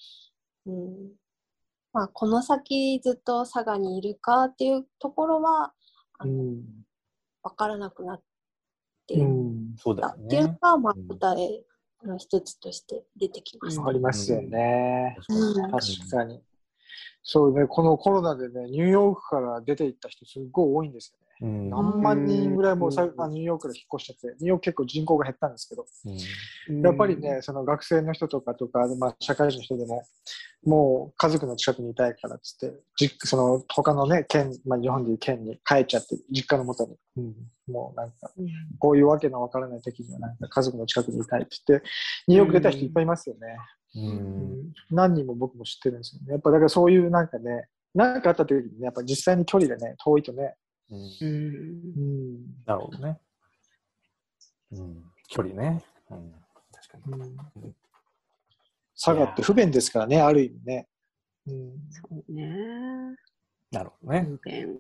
この先ずっと佐賀にいるかっていうところは分からなくなっていったっていうのが、答えの一つとして出てきました。 ありますよね。確かに。そうね、このコロナでね、ニューヨークから出て行った人すっごい多いんですよね。何万人ぐらいもニューヨークから引っ越しちゃって、ニューヨーク結構人口が減ったんですけど、やっぱりね、その学生の人とか、社会人の人でも、もう家族の近くにいたいからっつって、その他のね、県、日本でいう県に帰っちゃって、実家の元に。もうなんか、こういうわけのわからない時にはなんか家族の近くにいたいって言って、ニューヨーク出た人いっぱいいますよね。何人も僕も知ってるんですよね。やっぱだからそういうなんかね、なんかあった時にね、やっぱ実際に距離がね、遠いとね。 なるほどね。距離ね。確かに。 佐賀って不便ですからね、ある意味ね。 そうね。 なるほどね。 不便。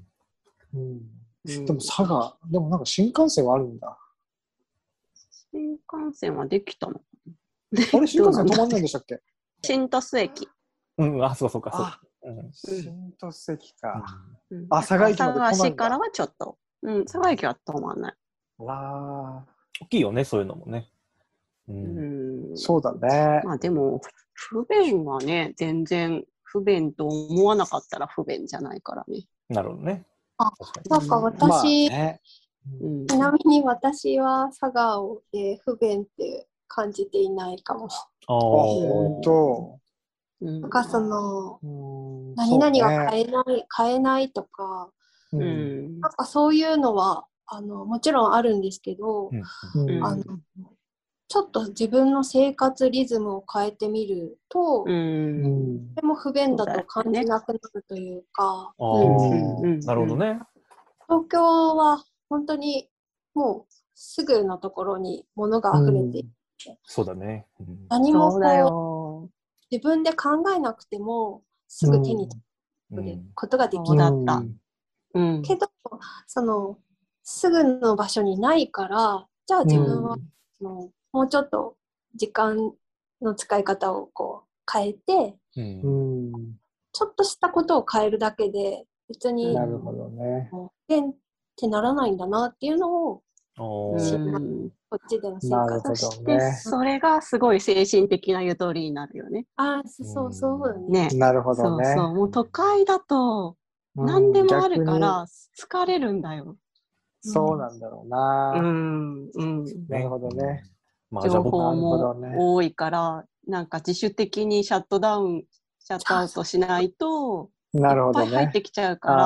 でも佐賀、でもなんか新幹線はあるんだ。 新幹線はできたの？ あれ新幹線止まんないんでしたっけ？ 新鳥栖駅。 そうか。 新鳥栖駅か。 佐賀駅まで止まるんだ。佐賀市からはちょっと。佐賀駅は止まんない。 わあ。 大きいよね、そういうのもね。 そうだね。 でも、不便はね、全然不便と思わなかったら不便じゃないからね。 なるほどね。 なんか私、ちなみに私は佐賀で不便って感じていないかも。 本当。 なんか何々が買えないとか、なんかそういうのはもちろんあるんですけど、ちょっと自分の生活リズムを変えてみると、でも不便だと感じなくなるというか。 なるほどね。 東京は本当にもうすぐのところに物が溢れていて、 そうだね。 何も自分で考えなくてもすぐ手に取ることができる。けどすぐの場所にないから、じゃあ自分はもうちょっと時間の使い方をこう変えて、ちょっとしたことを変えるだけで別になるほどね。 ってならないんだなっていうのをこっちでの生活してそれがすごい精神的なゆとりになるよね。 そうね。 なるほどね。 もう都会だと何でもあるから疲れるんだよ。 そうなんだろうな。なるほどね。 情報も多いからなんか自主的にシャットアウトしないといっぱい入ってきちゃうから、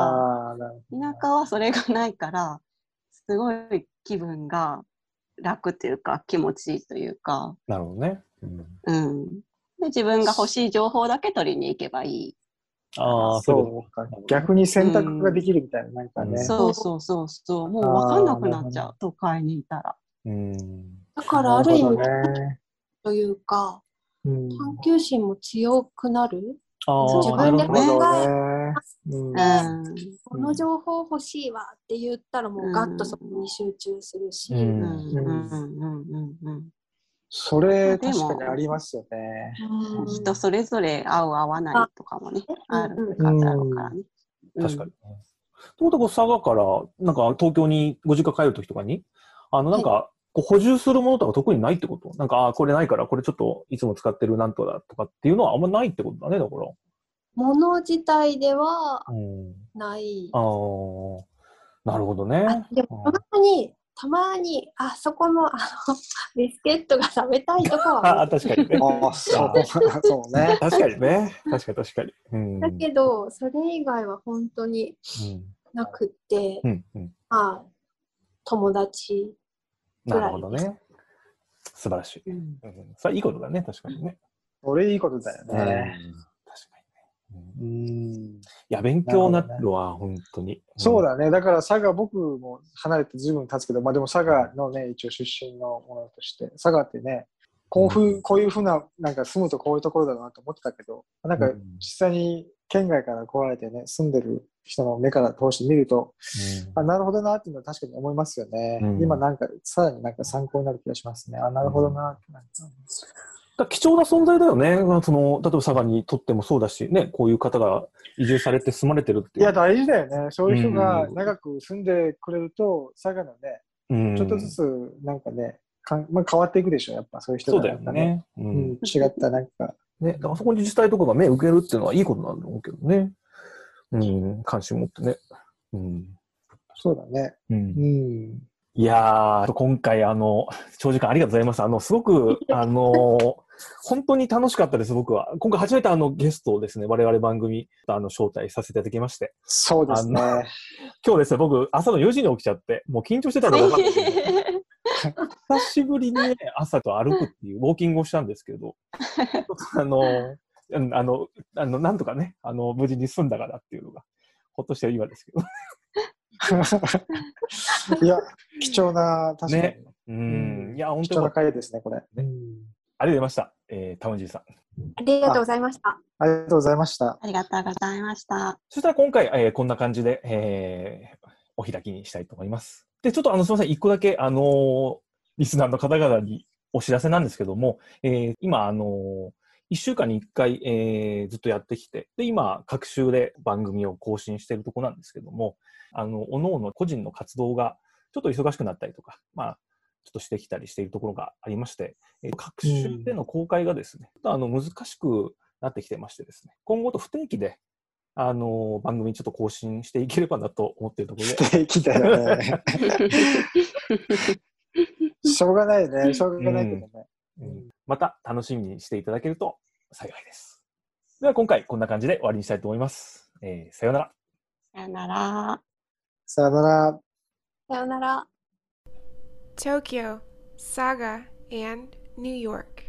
田舎はそれがないからすごい気分が楽というか気持ちいいというか。 なるほどね。 で自分が欲しい情報だけ取りに行けばいい。 そうか。逆に選択ができるみたいな、なんかね。 そう。もう分かんなくなっちゃう、都会にいたら。 だからある意味というか、探求心も強くなる。自分で考えこの情報欲しいわって言ったらもうガッとそこに集中するし。 それ確かにありますよね。 人それぞれ合う合わないとかもね、あるからね。 確かに。ということは佐賀からなんか東京にご実家帰るときとかになんか補充するものとか特にないってこと？なんかこれないからこれちょっといつも使ってるなんとだとかっていうのはあんまないってことだね。だから物自体ではない。 なるほどね。 でもたまにそこのビスケットが食べたいとかは確かにね。 そうね。 確かにね。確かに。 だけどそれ以外は本当になくって友達ぐらい。 なるほどね。素晴らしい。それいいことだね。確かにね。 それいいことだよね。 確かにね。いや、勉強になるわ、本当に。 そうだね。だから佐賀、僕も離れて随分経つけど、まあでも佐賀のね、一応出身のものとして、佐賀ってね、こういうふうな、なんか住むとこういうところだなと思ってたけど、なんか実際に県外から来られてね、住んでる人の目から通して見ると、あ、なるほどなっていうのは確かに思いますよね。今なんか、さらになんか参考になる気がしますね。あ、なるほどなって。 貴重な存在だよね。その例えば佐賀にとってもそうだし、ね、こういう方が移住されて住まれてるっていう。 いや、大事だよね。そういう人が長く住んでくれると、佐賀のね、ちょっとずつなんかね、まあ、変わっていくでしょ、やっぱそういう人が、ね。 そうだよね。 違ったなんか。 ね、だからそこに自治体とかが目を受けるっていうのはいいことなんだろうけどね。関心持ってね。 そうだね。 いやー、今回長時間ありがとうございます。すごく、本当に楽しかったです、僕は。今回初めてゲストをですね、我々番組、招待させていただきまして。 そうですね。 今日ですね、僕、朝の4時に起きちゃって、もう緊張してたのが分かんないけど、久しぶりにね、朝と歩くっていうウォーキングをしたんですけど、なんとかね、無事に済んだからっていうのが、ほっとしてる今ですけど。 いや、貴重な、確かに。 ね、いや、本当に。 貴重な回ですね、これ。 ありがとうございました。タウンジーさん。 ありがとうございました。 ありがとうございました。 ありがとうございました。 そしたら今回、こんな感じで、お開きにしたいと思います。で、ちょっとすみません、一個だけ、リスナーの方々にお知らせなんですけども、今、1週間に1回、ずっとやってきて、で、今、各週で番組を更新しているところなんですけども、各々個人の活動がちょっと忙しくなったりとか、まあ、ちょっとしてきたりしているところがありまして、各週での公開がですね、難しくなってきてましてですね、今後と不定期で、番組ちょっと更新していければなと思っているところで。 不定期だよね。しょうがないね。しょうがないけどね。 また楽しみにしていただけると幸いです。では今回こんな感じで終わりにしたいと思います。さようなら。 さよなら。 さよなら。 さよなら。 Tokyo, Saga, and New York.